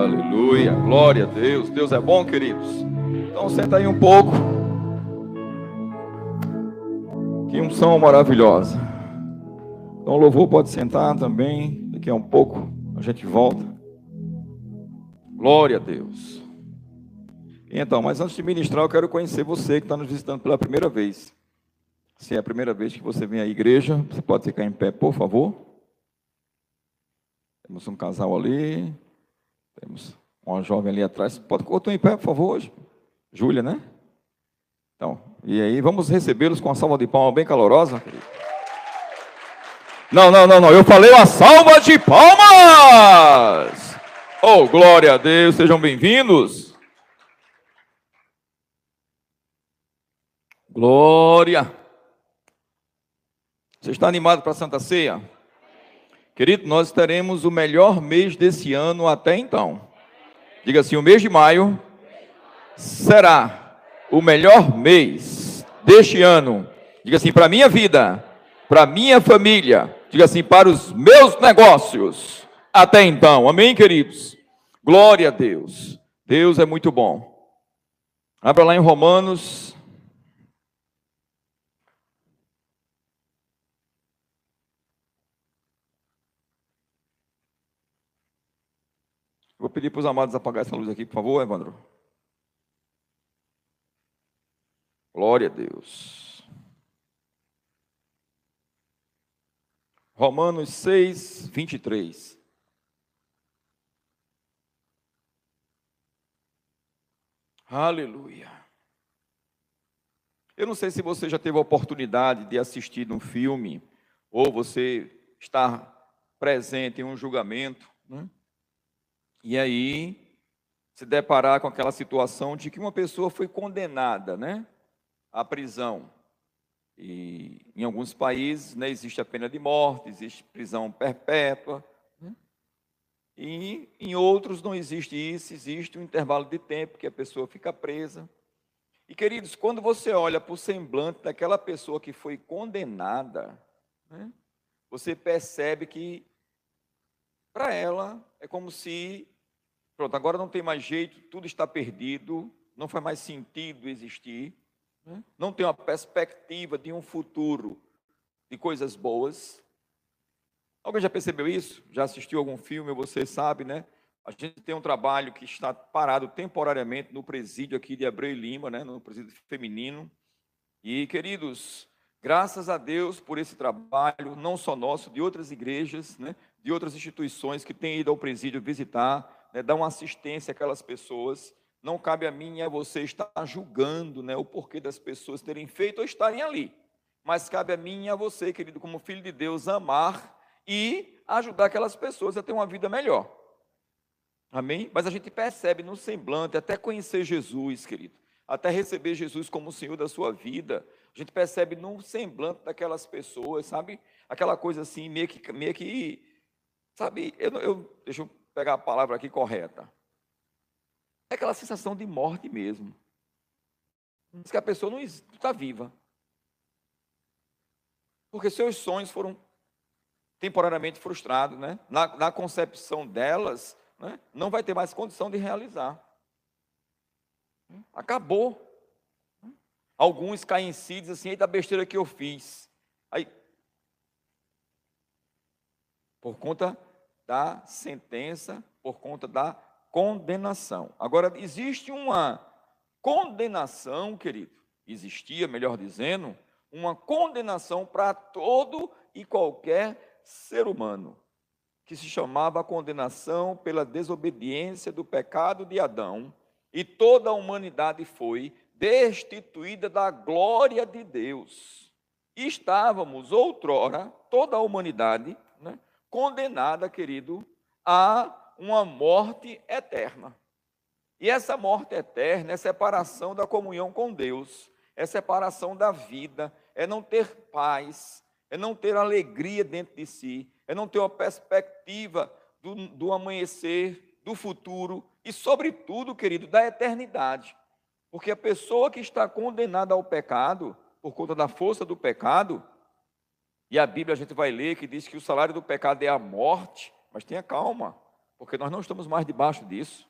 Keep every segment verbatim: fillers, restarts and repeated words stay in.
Aleluia, glória a Deus. Deus é bom, queridos. Então senta aí um pouco. Que unção maravilhosa. Então o louvor pode sentar também. Daqui a um pouco a gente volta. Glória a Deus. Então, mas antes de ministrar, eu quero conhecer você que está nos visitando pela primeira vez. Se é a primeira vez que você vem à igreja, você pode ficar em pé, por favor. Temos um casal ali. Temos uma jovem ali atrás. Pode colocar em pé, por favor, hoje. Júlia, né? Então, e aí, vamos recebê-los com uma salva de palmas bem calorosa. Não, não, não, não. Eu falei uma salva de palmas! Oh, glória a Deus. Sejam bem-vindos. Glória. Você está animado para a Santa Ceia? Querido, nós teremos o melhor mês desse ano até então. Diga assim, o mês de maio será o melhor mês deste ano. Diga assim, para a minha vida, para a minha família. Diga assim, para os meus negócios. Até então, amém, queridos? Glória a Deus. Deus é muito bom. Abra lá em Romanos. Vou pedir para os amados apagar essa luz aqui, por favor, Evandro. Glória a Deus. Romanos seis, vinte e três. Aleluia. Eu não sei se você já teve a oportunidade de assistir um filme, ou você estar presente em um julgamento, né? E aí, se deparar com aquela situação de que uma pessoa foi condenada, né, à prisão. E em alguns países, né, existe a pena de morte, existe prisão perpétua. Né? E em outros não existe isso, existe um intervalo de tempo que a pessoa fica presa. E, queridos, quando você olha para o semblante daquela pessoa que foi condenada, né, você percebe que, para ela, é como se... Pronto, agora não tem mais jeito, tudo está perdido, não faz mais sentido existir, né? Não tem uma perspectiva de um futuro de coisas boas. Alguém já percebeu isso? Já assistiu algum filme, você sabe, né? A gente tem um trabalho que está parado temporariamente no presídio aqui de Abreu e Lima, né? No presídio feminino. E, queridos, graças a Deus por esse trabalho, não só nosso, de outras igrejas, né? De outras instituições que têm ido ao presídio visitar, né, dar uma assistência àquelas pessoas. Não cabe a mim e a você estar julgando, né, o porquê das pessoas terem feito ou estarem ali. Mas cabe a mim e a você, querido, como filho de Deus, amar e ajudar aquelas pessoas a ter uma vida melhor. Amém? Mas a gente percebe no semblante, até conhecer Jesus, querido, até receber Jesus como o Senhor da sua vida, a gente percebe no semblante daquelas pessoas, sabe? Aquela coisa assim, meio que, meio que sabe, eu, eu, deixa eu pegar a palavra aqui correta. É aquela sensação de morte mesmo. Diz que a pessoa não está viva. Porque seus sonhos foram temporariamente frustrados, né? Na, na concepção delas, né? Não vai ter mais condição de realizar. Acabou. Alguns caem em si e dizem assim, eita besteira que eu fiz. Aí, por conta da sentença, por conta da condenação. Agora, existe uma condenação, querido, existia, melhor dizendo, uma condenação para todo e qualquer ser humano, que se chamava a condenação pela desobediência do pecado de Adão, e toda a humanidade foi destituída da glória de Deus. E estávamos, outrora, toda a humanidade, né, condenada, querido, a uma morte eterna. E essa morte eterna é separação da comunhão com Deus, é separação da vida, é não ter paz, é não ter alegria dentro de si, é não ter uma perspectiva do, do amanhecer, do futuro e, sobretudo, querido, da eternidade. Porque a pessoa que está condenada ao pecado, por conta da força do pecado, e a Bíblia a gente vai ler que diz que o salário do pecado é a morte, mas tenha calma, porque nós não estamos mais debaixo disso.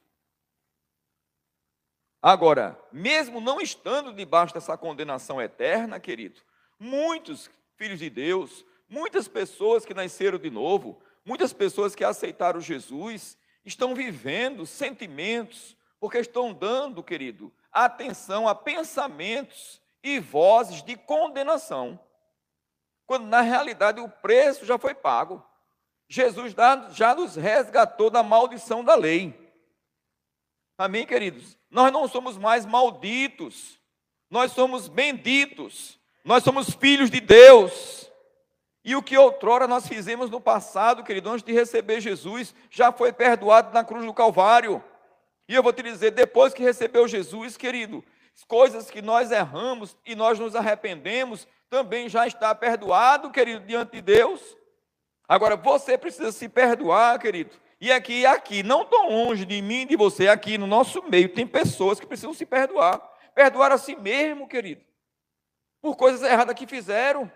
Agora, mesmo não estando debaixo dessa condenação eterna, querido, muitos filhos de Deus, muitas pessoas que nasceram de novo, muitas pessoas que aceitaram Jesus, estão vivendo sentimentos, porque estão dando, querido, atenção a pensamentos e vozes de condenação, quando na realidade o preço já foi pago. Jesus já nos resgatou da maldição da lei. Amém, queridos? Nós não somos mais malditos, nós somos benditos, nós somos filhos de Deus. E o que outrora nós fizemos no passado, querido, antes de receber Jesus, já foi perdoado na cruz do Calvário. E eu vou te dizer, depois que recebeu Jesus, querido, coisas que nós erramos e nós nos arrependemos, também já está perdoado, querido, diante de Deus. Agora, você precisa se perdoar, querido. E aqui, aqui, não tão longe de mim e de você, aqui no nosso meio, tem pessoas que precisam se perdoar. Perdoar a si mesmo, querido, por coisas erradas que fizeram.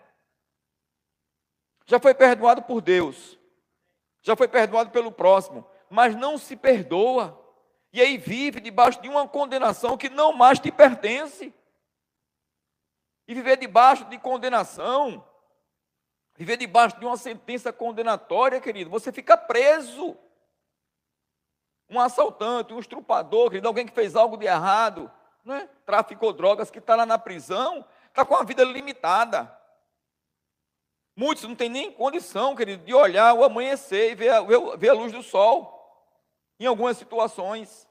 Já foi perdoado por Deus, já foi perdoado pelo próximo, mas não se perdoa. E aí vive debaixo de uma condenação que não mais te pertence. E viver debaixo de condenação, viver debaixo de uma sentença condenatória, querido, você fica preso. Um assaltante, um estrupador, querido, alguém que fez algo de errado, né? Traficou drogas, que está lá na prisão, está com a vida limitada. Muitos não têm nem condição, querido, de olhar o amanhecer e ver a, ver a luz do sol, em algumas situações.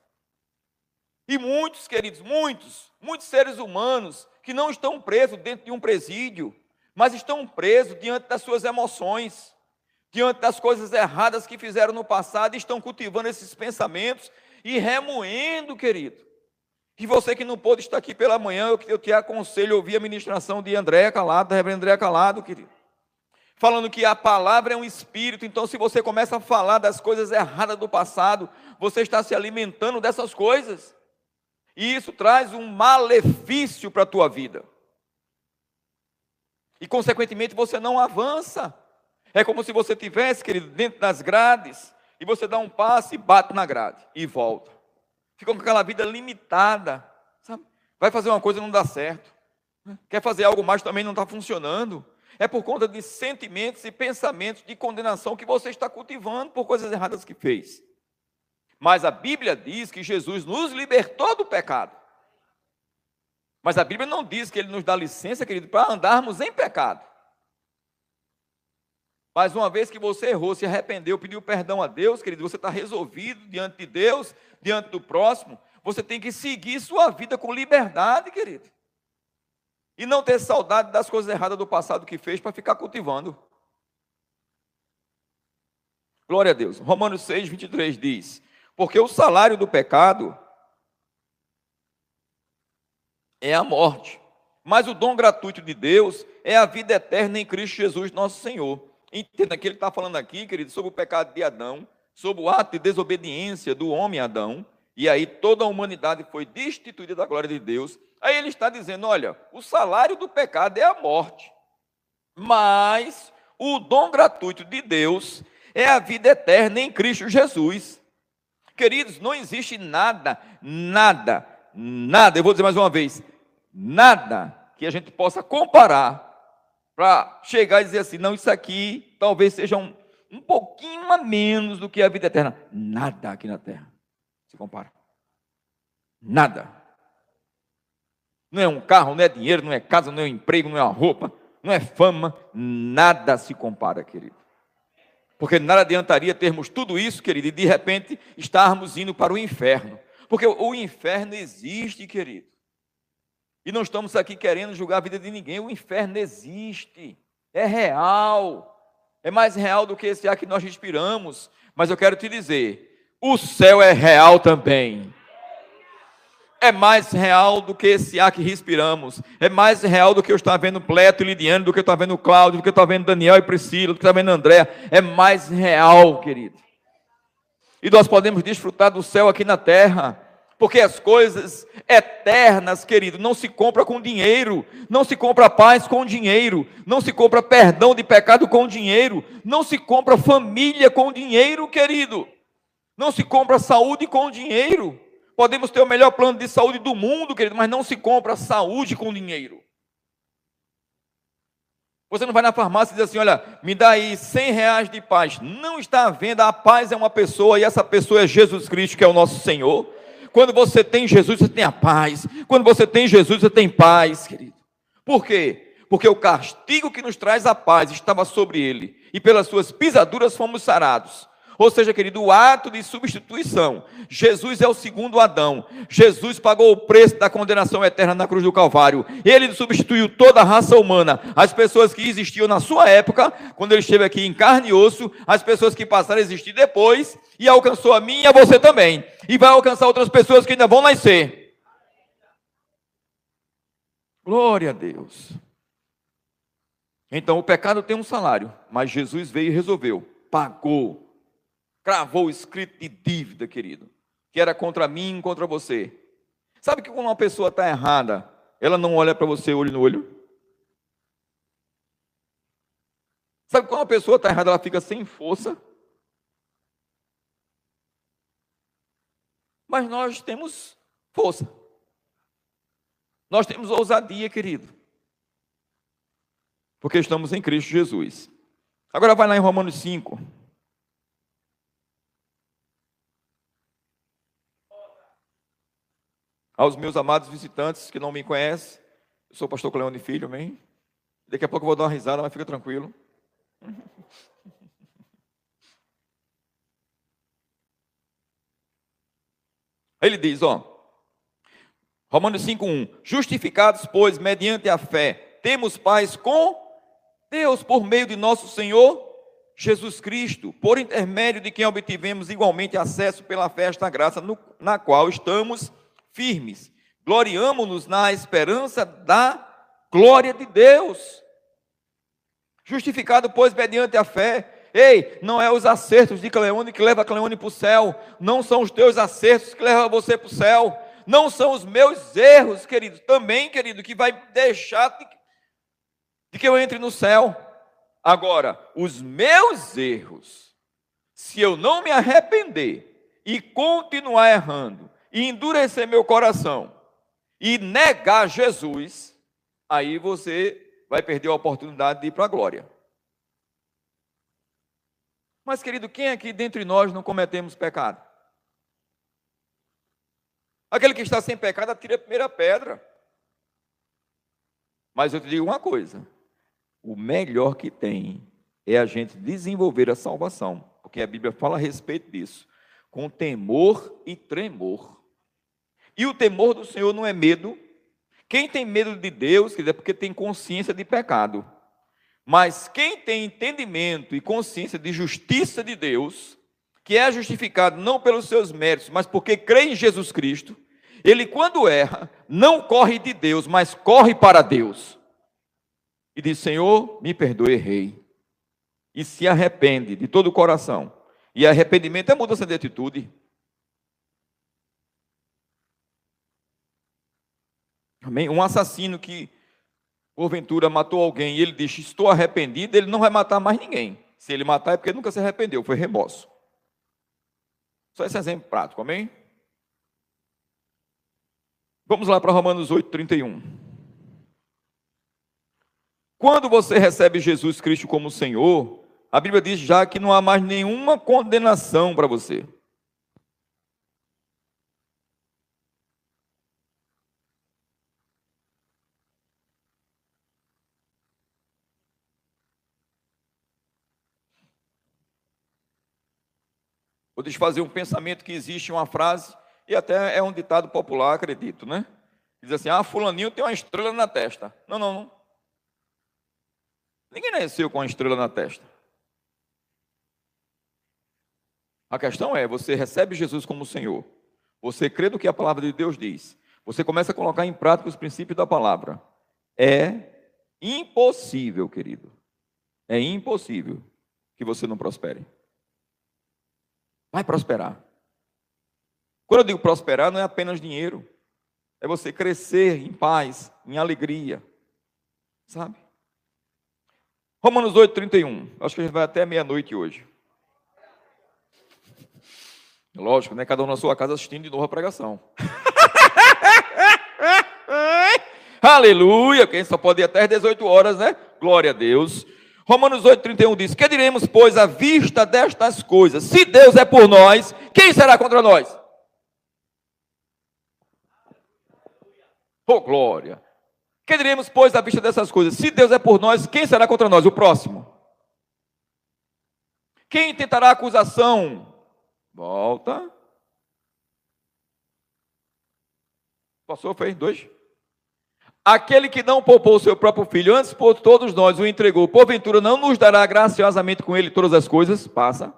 E muitos, queridos, muitos, muitos seres humanos que não estão presos dentro de um presídio, mas estão presos diante das suas emoções, diante das coisas erradas que fizeram no passado, e estão cultivando esses pensamentos e remoendo, querido. E você que não pôde estar aqui pela manhã, eu, eu te aconselho a ouvir a ministração de Andréa Calado, da reverenda Andréa Calado, querido, falando que a palavra é um espírito. Então, se você começa a falar das coisas erradas do passado, você está se alimentando dessas coisas, e isso traz um malefício para a tua vida, e consequentemente você não avança. É como se você estivesse, querido, dentro das grades, e você dá um passo e bate na grade, e volta. Fica com aquela vida limitada, sabe? Vai fazer uma coisa e não dá certo. Quer fazer algo mais, também não está funcionando. É por conta de sentimentos e pensamentos de condenação que você está cultivando por coisas erradas que fez. Mas a Bíblia diz que Jesus nos libertou do pecado. Mas a Bíblia não diz que Ele nos dá licença, querido, para andarmos em pecado. Mas uma vez que você errou, se arrependeu, pediu perdão a Deus, querido, você está resolvido diante de Deus, diante do próximo, você tem que seguir sua vida com liberdade, querido. E não ter saudade das coisas erradas do passado que fez para ficar cultivando. Glória a Deus. Romanos seis, vinte e três diz: porque o salário do pecado é a morte, mas o dom gratuito de Deus é a vida eterna em Cristo Jesus nosso Senhor. Entenda que ele está falando aqui, querido, sobre o pecado de Adão, sobre o ato de desobediência do homem Adão, e aí toda a humanidade foi destituída da glória de Deus. Aí ele está dizendo, olha, o salário do pecado é a morte, mas o dom gratuito de Deus é a vida eterna em Cristo Jesus. Queridos, não existe nada, nada, nada, eu vou dizer mais uma vez, nada que a gente possa comparar para chegar e dizer assim, não, isso aqui talvez seja um, um pouquinho a menos do que a vida eterna. Nada aqui na terra se compara. Nada. Não é um carro, não é dinheiro, não é casa, não é um emprego, não é uma roupa, não é fama. Nada se compara, querido. Porque nada adiantaria termos tudo isso, querido, e de repente estarmos indo para o inferno. Porque o inferno existe, querido. E não estamos aqui querendo julgar a vida de ninguém. O inferno existe, é real, é mais real do que esse ar que nós respiramos. Mas eu quero te dizer, o céu é real também. É mais real do que esse ar que respiramos. É mais real do que eu estou vendo Pleto e Lidiane, do que eu estou vendo Cláudio, do que eu estou vendo Daniel e Priscila, do que eu estou vendo André. É mais real, querido. E nós podemos desfrutar do céu aqui na terra. Porque as coisas eternas, querido, não se compra com dinheiro, não se compra paz com dinheiro, não se compra perdão de pecado com dinheiro, não se compra família com dinheiro, querido. Não se compra saúde com dinheiro. Podemos ter o melhor plano de saúde do mundo, querido, mas não se compra saúde com dinheiro. Você não vai na farmácia e diz assim, olha, me dá aí cem reais de paz. Não está à venda, a paz é uma pessoa, e essa pessoa é Jesus Cristo, que é o nosso Senhor. Quando você tem Jesus, você tem a paz. Quando você tem Jesus, você tem paz, querido. Por quê? Porque o castigo que nos traz a paz estava sobre ele, e pelas suas pisaduras fomos sarados. Ou seja, querido, o ato de substituição. Jesus é o segundo Adão. Jesus pagou o preço da condenação eterna na cruz do Calvário. Ele substituiu toda a raça humana. As pessoas que existiam na sua época, quando ele esteve aqui em carne e osso, as pessoas que passaram a existir depois, e alcançou a mim e a você também. E vai alcançar outras pessoas que ainda vão nascer. Glória a Deus. Então, o pecado tem um salário, mas Jesus veio e resolveu, pagou. Cravou o escrito de dívida, querido, que era contra mim e contra você. Sabe que quando uma pessoa está errada, ela não olha para você olho no olho? Sabe que quando uma pessoa está errada, ela fica sem força? Mas nós temos força. Nós temos ousadia, querido. Porque estamos em Cristo Jesus. Agora vai lá em Romanos cinco. Aos meus amados visitantes que não me conhecem, eu sou o pastor Cleone Filho, amém? Daqui a pouco eu vou dar uma risada, mas fica tranquilo. Ele diz, ó, Romanos cinco, um, justificados, pois, mediante a fé, temos paz com Deus, por meio de nosso Senhor Jesus Cristo, por intermédio de quem obtivemos igualmente acesso pela fé a esta graça, no, na qual estamos firmes, gloriamo-nos na esperança da glória de Deus. Justificado, pois, mediante a fé. Ei, não é os acertos de Cleone que leva Cleone para o céu, não são os teus acertos que levam você para o céu, não são os meus erros, querido, também, querido, que vai deixar de, de que eu entre no céu. Agora, os meus erros, se eu não me arrepender e continuar errando, e endurecer meu coração e negar Jesus, aí você vai perder a oportunidade de ir para a glória. Mas, querido, quem aqui dentre nós não cometemos pecado? Aquele que está sem pecado, atira a primeira pedra. Mas eu te digo uma coisa, o melhor que tem é a gente desenvolver a salvação, porque a Bíblia fala a respeito disso, com temor e tremor. E o temor do Senhor não é medo. Quem tem medo de Deus, é porque tem consciência de pecado. Mas quem tem entendimento e consciência de justiça de Deus, que é justificado não pelos seus méritos, mas porque crê em Jesus Cristo, ele quando erra, não corre de Deus, mas corre para Deus. E diz, Senhor, me perdoe, errei. E se arrepende de todo o coração. E arrependimento é mudança de atitude. Amém? Um assassino que, porventura, matou alguém e ele diz, estou arrependido, ele não vai matar mais ninguém. Se ele matar é porque ele nunca se arrependeu, foi remorso. Só esse exemplo prático, amém? Vamos lá para Romanos oito, trinta e um. Quando você recebe Jesus Cristo como Senhor, a Bíblia diz já que não há mais nenhuma condenação para você. Vou desfazer um pensamento que existe uma frase, e até é um ditado popular, acredito, né? Diz assim, ah, fulaninho tem uma estrela na testa. Não, não, não. Ninguém nasceu com uma estrela na testa. A questão é, você recebe Jesus como Senhor. Você crê no que a palavra de Deus diz. Você começa a colocar em prática os princípios da palavra. É impossível, querido. É impossível que você não prospere. Vai prosperar. Quando eu digo prosperar, não é apenas dinheiro. É você crescer em paz, em alegria. Sabe? Romanos oito, trinta e um. Acho que a gente vai até meia-noite hoje. Lógico, né? Cada um na sua casa assistindo de novo a pregação. Aleluia, quem só pode ir até as dezoito horas, né? Glória a Deus. Romanos oito, trinta e um diz: que diremos, pois, à vista destas coisas? Se Deus é por nós, quem será contra nós? Oh, glória. Que diremos, pois, à vista dessas coisas? Se Deus é por nós, quem será contra nós? O próximo. Quem tentará acusação? Volta. Passou, foi? Dois. Aquele que não poupou o seu próprio filho, antes por todos nós o entregou, porventura não nos dará graciosamente com ele todas as coisas? Passa.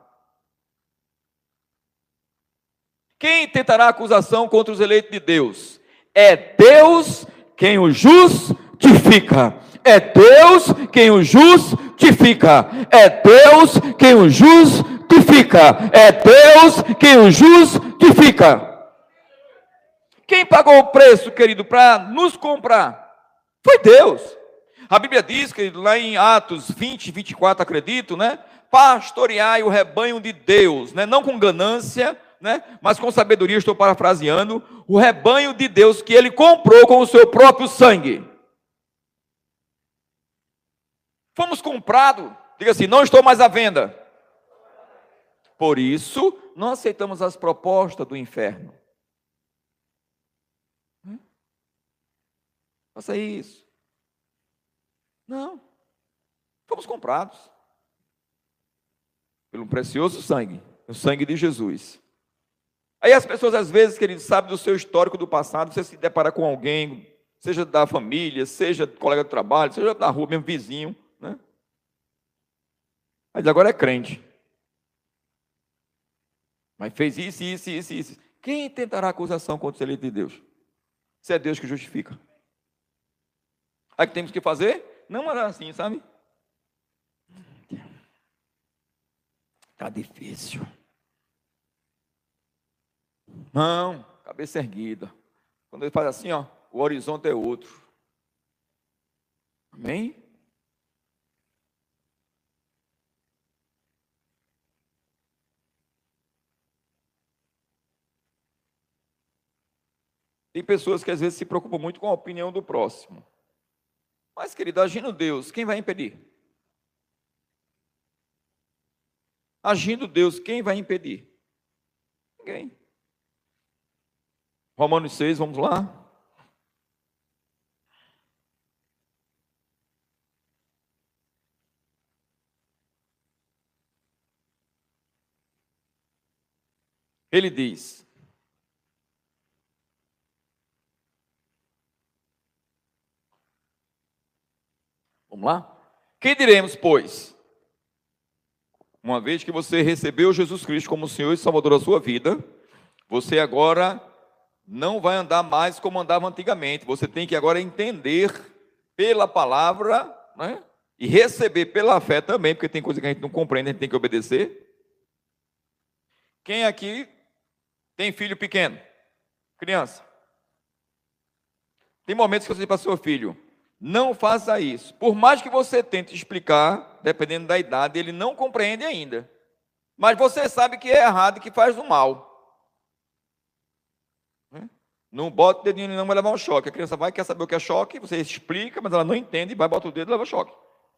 Quem tentará acusação contra os eleitos de Deus? É Deus quem o justifica. É Deus quem o justifica. É Deus quem o justifica. É Deus quem o justifica. Quem pagou o preço, querido, para nos comprar? Foi Deus. A Bíblia diz, querido, lá em Atos vinte, vinte e quatro, acredito, né? Pastoreai o rebanho de Deus, né? Não com ganância, né? Mas com sabedoria, estou parafraseando, o rebanho de Deus que ele comprou com o seu próprio sangue. Fomos comprados, diga assim, não estou mais à venda. Por isso, não aceitamos as propostas do inferno. Faça isso. Não. Fomos comprados pelo precioso sangue, o sangue de Jesus. Aí as pessoas às vezes, queridos, sabem do seu histórico do passado, você se depara com alguém, seja da família, seja colega de trabalho, seja da rua, mesmo vizinho, né? Mas agora é crente. Mas fez isso, isso, isso, isso. Quem tentará acusação contra o eleito de Deus? Se é Deus que justifica. Aí o que temos que fazer? Não mandar assim, sabe? Está difícil. Não, cabeça erguida. Quando ele faz assim, ó, o horizonte é outro. Amém? Tem pessoas que às vezes se preocupam muito com a opinião do próximo. Mas, querido, agindo Deus, quem vai impedir? Agindo Deus, quem vai impedir? Ninguém. Romanos seis, vamos lá. Ele diz: vamos lá? Que diremos, pois? Uma vez que você recebeu Jesus Cristo como Senhor e Salvador da sua vida, você agora não vai andar mais como andava antigamente. Você tem que agora entender pela palavra, né? E receber pela fé também, porque tem coisa que a gente não compreende, a gente tem que obedecer. Quem aqui tem filho pequeno? Criança. Tem momentos que você diz para o seu filho: não faça isso. Por mais que você tente explicar, dependendo da idade, ele não compreende ainda. Mas você sabe que é errado e que faz o mal. Não bota o dedinho, não vai levar um choque. A criança vai, quer saber o que é choque, você explica, mas ela não entende, vai, bota o dedo e leva choque.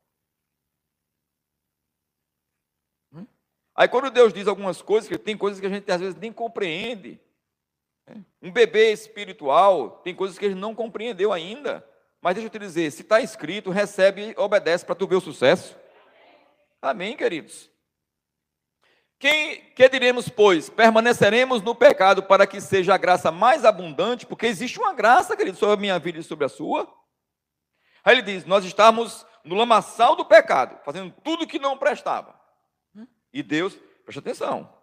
Aí quando Deus diz algumas coisas, que tem coisas que a gente às vezes nem compreende. Um bebê espiritual, tem coisas que ele não compreendeu ainda. Mas deixa eu te dizer, se está escrito, recebe e obedece para tu ver o sucesso. Amém, queridos? Quem, que diremos, pois? Permaneceremos no pecado para que seja a graça mais abundante, porque existe uma graça, querido, sobre a minha vida e sobre a sua. Aí ele diz, nós estamos no lamaçal do pecado, fazendo tudo que não prestava. E Deus, preste atenção,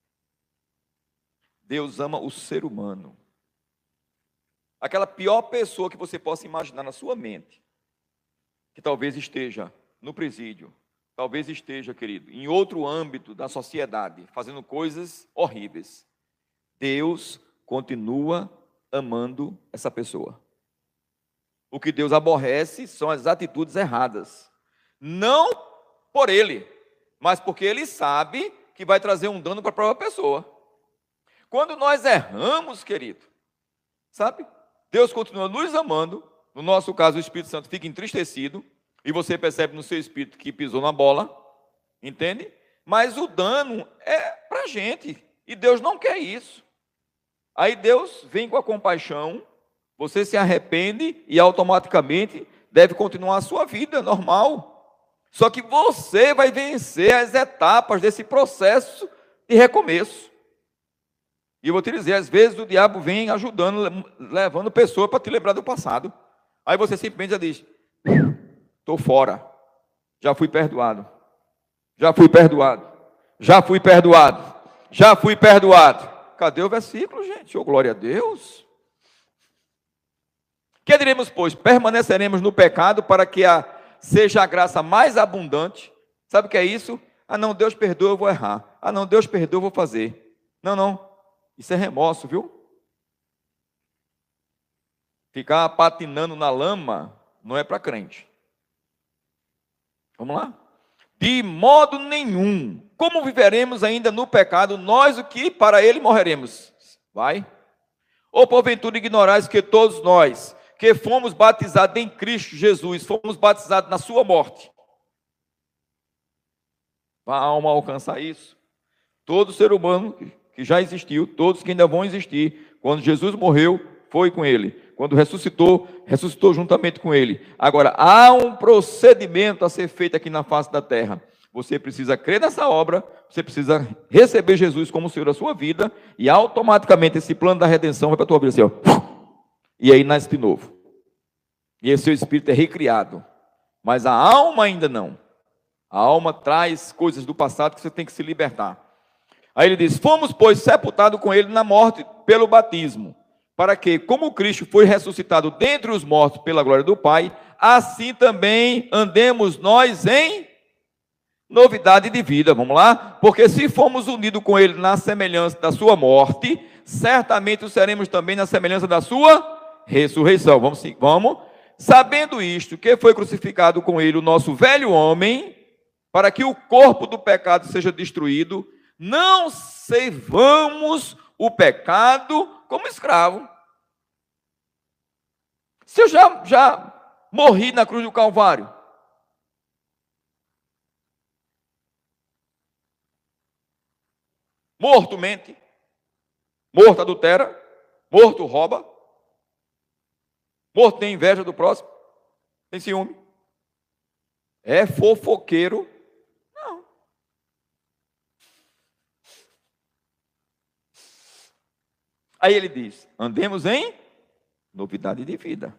Deus ama o ser humano. Aquela pior pessoa que você possa imaginar na sua mente, que talvez esteja no presídio, talvez esteja, querido, em outro âmbito da sociedade, fazendo coisas horríveis. Deus continua amando essa pessoa. O que Deus aborrece são as atitudes erradas. Não por ele, mas porque ele sabe que vai trazer um dano para a própria pessoa. Quando nós erramos, querido, sabe? Deus continua nos amando. No nosso caso, o Espírito Santo fica entristecido. E você percebe no seu espírito que pisou na bola. Entende? Mas o dano é para a gente. E Deus não quer isso. Aí Deus vem com a compaixão. Você se arrepende e automaticamente deve continuar a sua vida normal. Só que você vai vencer as etapas desse processo de recomeço. E eu vou te dizer, às vezes o diabo vem ajudando, levando pessoas para te lembrar do passado. Aí você simplesmente já diz, estou fora, já fui perdoado, já fui perdoado, já fui perdoado, já fui perdoado. Cadê o versículo, gente? Oh, glória a Deus. Que diremos, pois? Permaneceremos no pecado para que a, seja a graça mais abundante. Sabe o que é isso? Ah não, Deus perdoa, eu vou errar. Ah não, Deus perdoa, eu vou fazer. Não, não. Isso é remorso, viu? Ficar patinando na lama não é para crente. Vamos lá? De modo nenhum. Como viveremos ainda no pecado, nós o que para ele morreremos? Vai. Ou porventura ignorais que todos nós, que fomos batizados em Cristo Jesus, fomos batizados na sua morte. Vai a alma alcançar isso? Todo ser humano que já existiu, todos que ainda vão existir, quando Jesus morreu, foi com ele. Quando ressuscitou, ressuscitou juntamente com ele. Agora, há um procedimento a ser feito aqui na face da terra. Você precisa crer nessa obra, você precisa receber Jesus como Senhor da sua vida, e automaticamente esse plano da redenção vai para a tua vida assim, ó. E aí nasce de novo. E esse seu espírito é recriado. Mas a alma ainda não. A alma traz coisas do passado que você tem que se libertar. Aí ele diz, fomos, pois, sepultados com ele na morte pelo batismo, para que, como Cristo foi ressuscitado dentre os mortos pela glória do Pai, assim também andemos nós em novidade de vida. Vamos lá? Porque se fomos unidos com ele na semelhança da sua morte, certamente o seremos também na semelhança da sua ressurreição. Vamos, vamos. Sabendo isto, que foi crucificado com ele o nosso velho homem, para que o corpo do pecado seja destruído, não servamos o pecado como escravo. Se eu já, já morri na cruz do Calvário, morto mente, morto adultera, morto rouba, morto tem inveja do próximo, tem ciúme, é fofoqueiro. Não. Aí ele diz, andemos em novidade de vida.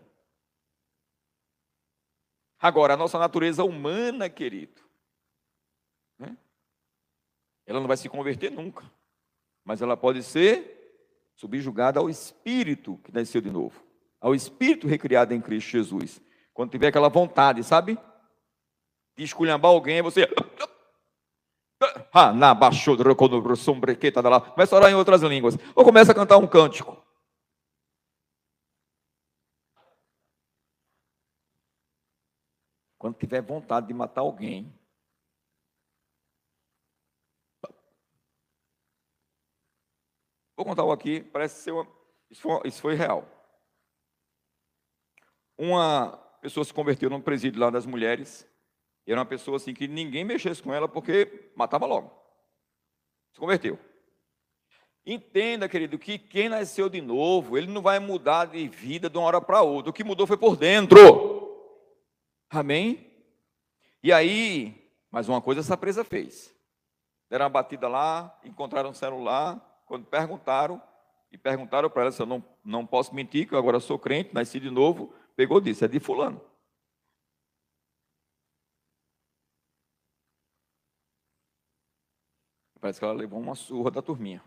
Agora, a nossa natureza humana, querido, né? Ela não vai se converter nunca, mas ela pode ser subjugada ao Espírito que nasceu de novo, ao Espírito recriado em Cristo Jesus. Quando tiver aquela vontade, sabe, de esculhambar alguém, você começa a orar em outras línguas, ou começa a cantar um cântico. Quando tiver vontade de matar alguém, vou contar algo aqui, parece ser uma, isso, foi, isso foi real. Uma pessoa se converteu num presídio lá das mulheres, e era uma pessoa assim que ninguém mexesse com ela porque matava logo. Se converteu. Entenda, querido, que quem nasceu de novo, ele não vai mudar de vida de uma hora para outra. O que mudou foi por dentro. Amém? E aí, mais uma coisa essa presa fez. Deram uma batida lá, encontraram um celular. Quando perguntaram, e perguntaram para ela, se eu não, não posso mentir, que eu agora sou crente, nasci de novo, pegou e disse, é de fulano. Parece que ela levou uma surra da turminha.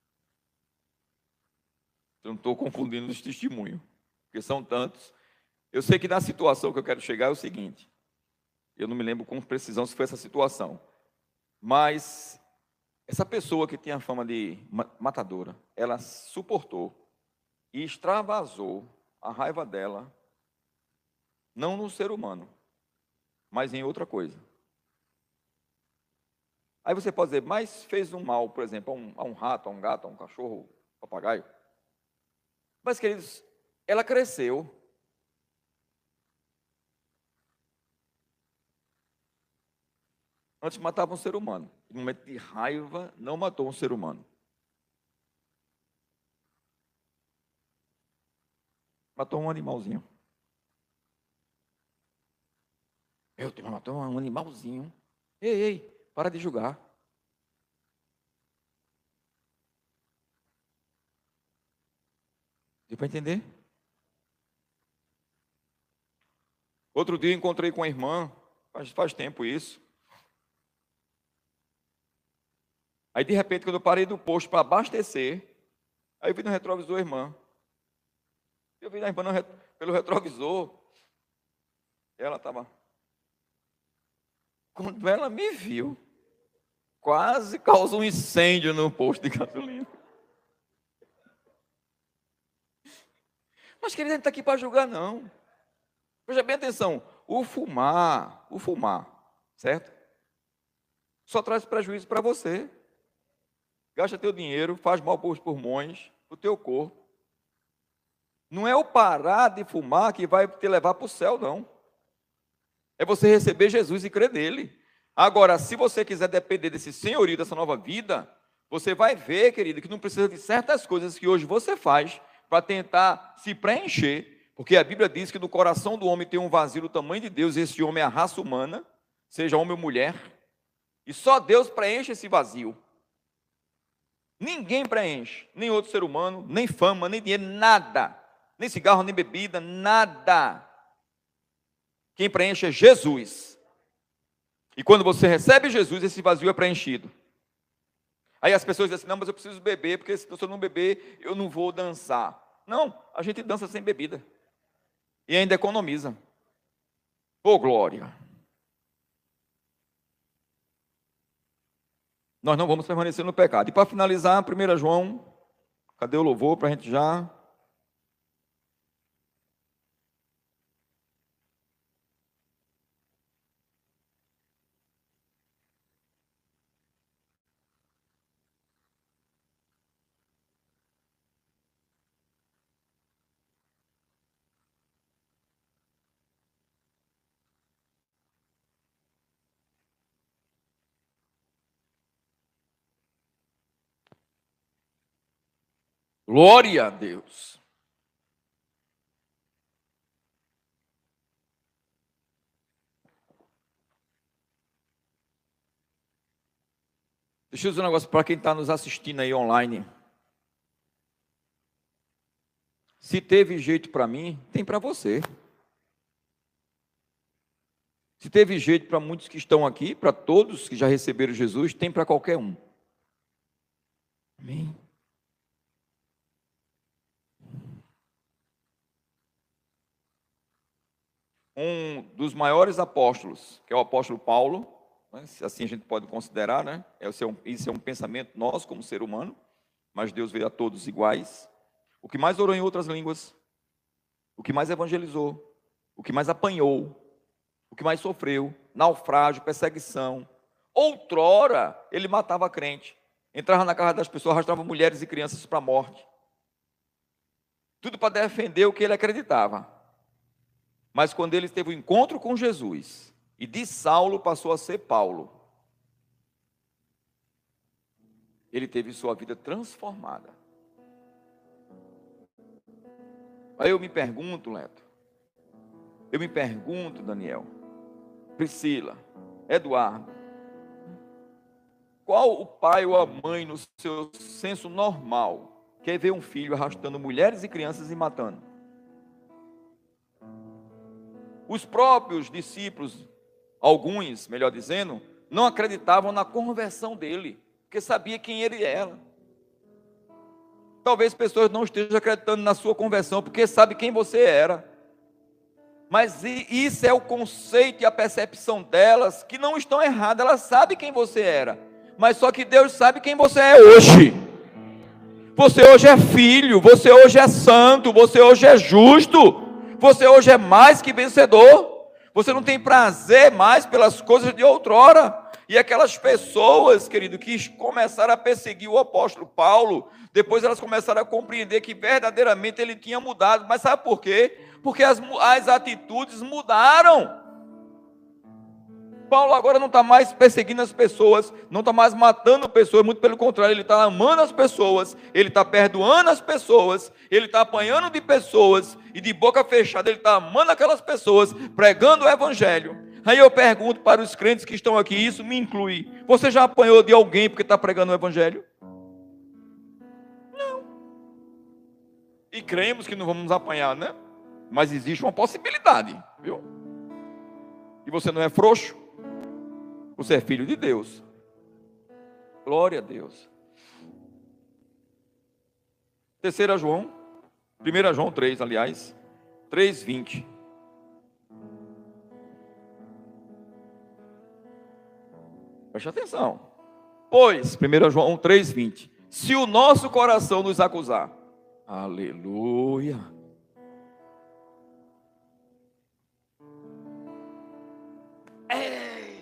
Eu não estou confundindo os testemunhos, porque são tantos. Eu sei que na situação que eu quero chegar é o seguinte, eu não me lembro com precisão se foi essa situação, mas essa pessoa que tinha a fama de matadora, ela suportou e extravasou a raiva dela, não no ser humano, mas em outra coisa. Aí você pode dizer, mas fez um mal, por exemplo, a um, a um rato, a um gato, a um cachorro, a um papagaio. Mas, queridos, ela cresceu. Antes matava um ser humano. No momento de raiva, não matou um ser humano. Matou um animalzinho. Eu tenho matou um animalzinho. Ei, ei, para de julgar. Deu para entender? Outro dia eu encontrei com a irmã, faz, faz tempo isso. Aí, de repente, quando eu parei do posto para abastecer, aí eu vi no retrovisor a irmã. Eu vi a irmã no, pelo retrovisor, ela estava... Quando ela me viu, quase causou um incêndio no posto de gasolina. Mas, querida, a gente está aqui para julgar, não. Veja bem atenção, o fumar, o fumar, certo? Só traz prejuízo para você. Gasta teu dinheiro, faz mal para os pulmões, para o teu corpo. Não é o parar de fumar que vai te levar para o céu, não. É você receber Jesus e crer nele. Agora, se você quiser depender desse senhorio, dessa nova vida, você vai ver, querido, que não precisa de certas coisas que hoje você faz para tentar se preencher, porque a Bíblia diz que no coração do homem tem um vazio do tamanho de Deus, e esse homem é a raça humana, seja homem ou mulher, e só Deus preenche esse vazio. Ninguém preenche, nem outro ser humano, nem fama, nem dinheiro, nada, nem cigarro, nem bebida, nada. Quem preenche é Jesus. E quando você recebe Jesus, esse vazio é preenchido. Aí as pessoas dizem assim, não, mas eu preciso beber, porque se eu não beber, eu não vou dançar. Não, a gente dança sem bebida. E ainda economiza. Ô, glória! Nós não vamos permanecer no pecado. E para finalizar, primeiro João, cadê o louvor para a gente já... Glória a Deus. Deixa eu dizer um negócio para quem está nos assistindo aí online. Se teve jeito para mim, tem para você. Se teve jeito para muitos que estão aqui, para todos que já receberam Jesus, tem para qualquer um. Amém? Um dos maiores apóstolos, que é o apóstolo Paulo, né, se assim a gente pode considerar, né? Esse é um, isso é um pensamento nosso como ser humano, mas Deus vê a todos iguais. O que mais orou em outras línguas, o que mais evangelizou, o que mais apanhou, o que mais sofreu, naufrágio, perseguição. Outrora, ele matava crente, entrava na casa das pessoas, arrastava mulheres e crianças para a morte. Tudo para defender o que ele acreditava. Mas quando ele teve o um encontro com Jesus, e de Saulo passou a ser Paulo, ele teve sua vida transformada. Aí eu me pergunto, Leto, eu me pergunto, Daniel, Priscila, Eduardo, qual o pai ou a mãe no seu senso normal quer ver um filho arrastando mulheres e crianças e matando? Os próprios discípulos, alguns, melhor dizendo, não acreditavam na conversão dele, porque sabia quem ele era. Talvez pessoas não estejam acreditando na sua conversão, porque sabe quem você era. Mas isso é o conceito e a percepção delas, que não estão erradas, elas sabem quem você era. Mas só que Deus sabe quem você é hoje. Você hoje é filho, você hoje é santo, você hoje é justo. Você hoje é mais que vencedor. Você não tem prazer mais pelas coisas de outrora. E aquelas pessoas, querido, que começaram a perseguir o apóstolo Paulo, depois elas começaram a compreender que verdadeiramente ele tinha mudado. Mas sabe por quê? Porque as, as atitudes mudaram. Paulo agora não está mais perseguindo as pessoas, não está mais matando pessoas, muito pelo contrário, ele está amando as pessoas, ele está perdoando as pessoas, ele está apanhando de pessoas, e de boca fechada ele está amando aquelas pessoas, pregando o evangelho. Aí eu pergunto para os crentes que estão aqui, isso me inclui: você já apanhou de alguém porque está pregando o evangelho? Não. E cremos que não vamos apanhar, né? Mas existe uma possibilidade, viu? E você não é frouxo? Você é filho de Deus. Glória a Deus. Terceira João, primeira João três, aliás, três, vinte. Preste atenção. Pois, primeira João três, vinte. Se o nosso coração nos acusar, aleluia. É.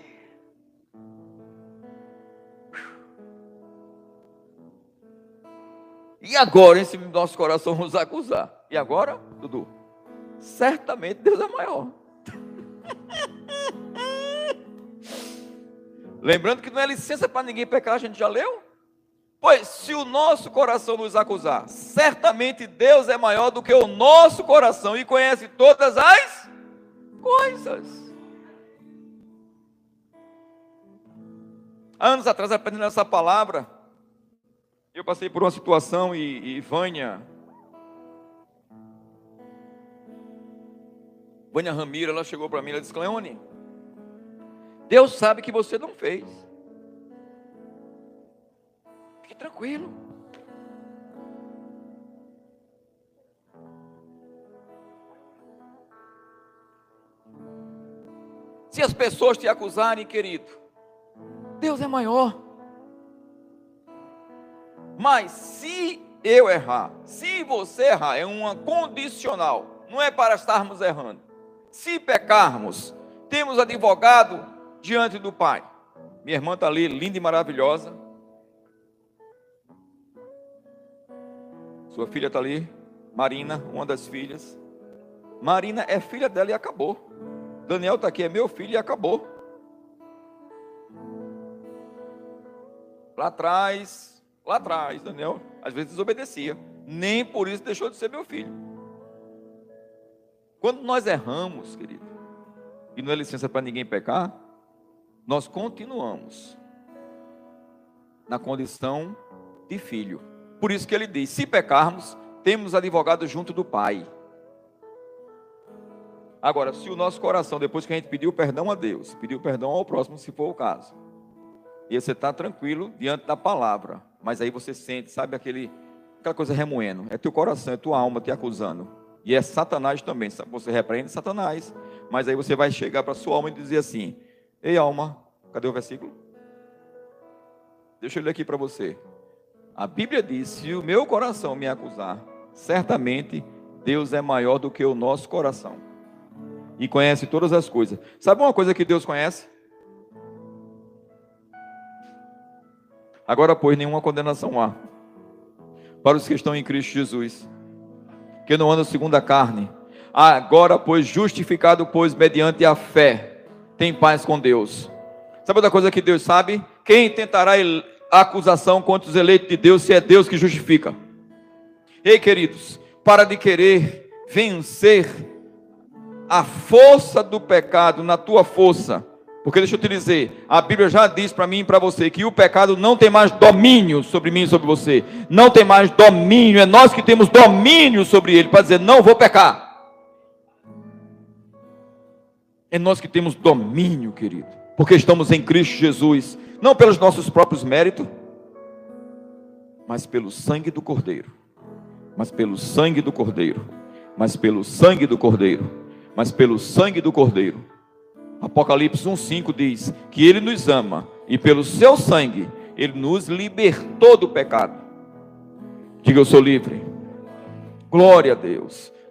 E agora, esse nosso coração nos acusar? E agora, Dudu? Certamente Deus é maior. Lembrando que não é licença para ninguém pecar, a gente já leu? Pois, se o nosso coração nos acusar, certamente Deus é maior do que o nosso coração e conhece todas as coisas. Anos atrás, aprendendo essa palavra, eu passei por uma situação e, e Vânia, Vânia Ramiro, ela chegou para mim e disse: Cleone, Deus sabe que você não fez. Fique tranquilo. Se as pessoas te acusarem, querido, Deus é maior. Mas se eu errar, se você errar, é uma condicional, não é para estarmos errando. Se pecarmos, temos advogado diante do Pai. Minha irmã está ali, linda e maravilhosa. Sua filha está ali, Marina, uma das filhas. Marina é filha dela e acabou. Daniel está aqui, é meu filho e acabou. Lá atrás... Lá atrás, Daniel, às vezes desobedecia. Nem por isso deixou de ser meu filho. Quando nós erramos, querido, e não é licença para ninguém pecar, nós continuamos na condição de filho. Por isso que ele diz: se pecarmos, temos advogado junto do Pai. Agora, se o nosso coração, depois que a gente pediu perdão a Deus, pediu perdão ao próximo, se for o caso, e você está tranquilo diante da palavra, mas aí você sente, sabe, aquele, aquela coisa remoendo, é teu coração, é tua alma te acusando, e é Satanás também, você repreende Satanás, mas aí você vai chegar para a sua alma e dizer assim: ei alma, cadê o versículo? Deixa eu ler aqui para você. A Bíblia diz: se o meu coração me acusar, certamente Deus é maior do que o nosso coração, e conhece todas as coisas. Sabe uma coisa que Deus conhece? Agora, pois, nenhuma condenação há para os que estão em Cristo Jesus, que não andam segundo a carne. Agora, pois, justificado, pois, mediante a fé, tem paz com Deus. Sabe outra coisa que Deus sabe? Quem tentará a acusação contra os eleitos de Deus, se é Deus que justifica? Ei, queridos, para de querer vencer a força do pecado na tua força. Porque deixa eu te dizer, a Bíblia já diz para mim e para você que o pecado não tem mais domínio sobre mim e sobre você. Não tem mais domínio, é nós que temos domínio sobre ele, para dizer: não vou pecar. É nós que temos domínio, querido, porque estamos em Cristo Jesus, não pelos nossos próprios méritos, mas pelo sangue do Cordeiro, mas pelo sangue do Cordeiro, mas pelo sangue do Cordeiro, mas pelo sangue do Cordeiro. Apocalipse um, cinco diz que Ele nos ama e pelo seu sangue Ele nos libertou do pecado. Diga: eu sou livre. Glória a Deus.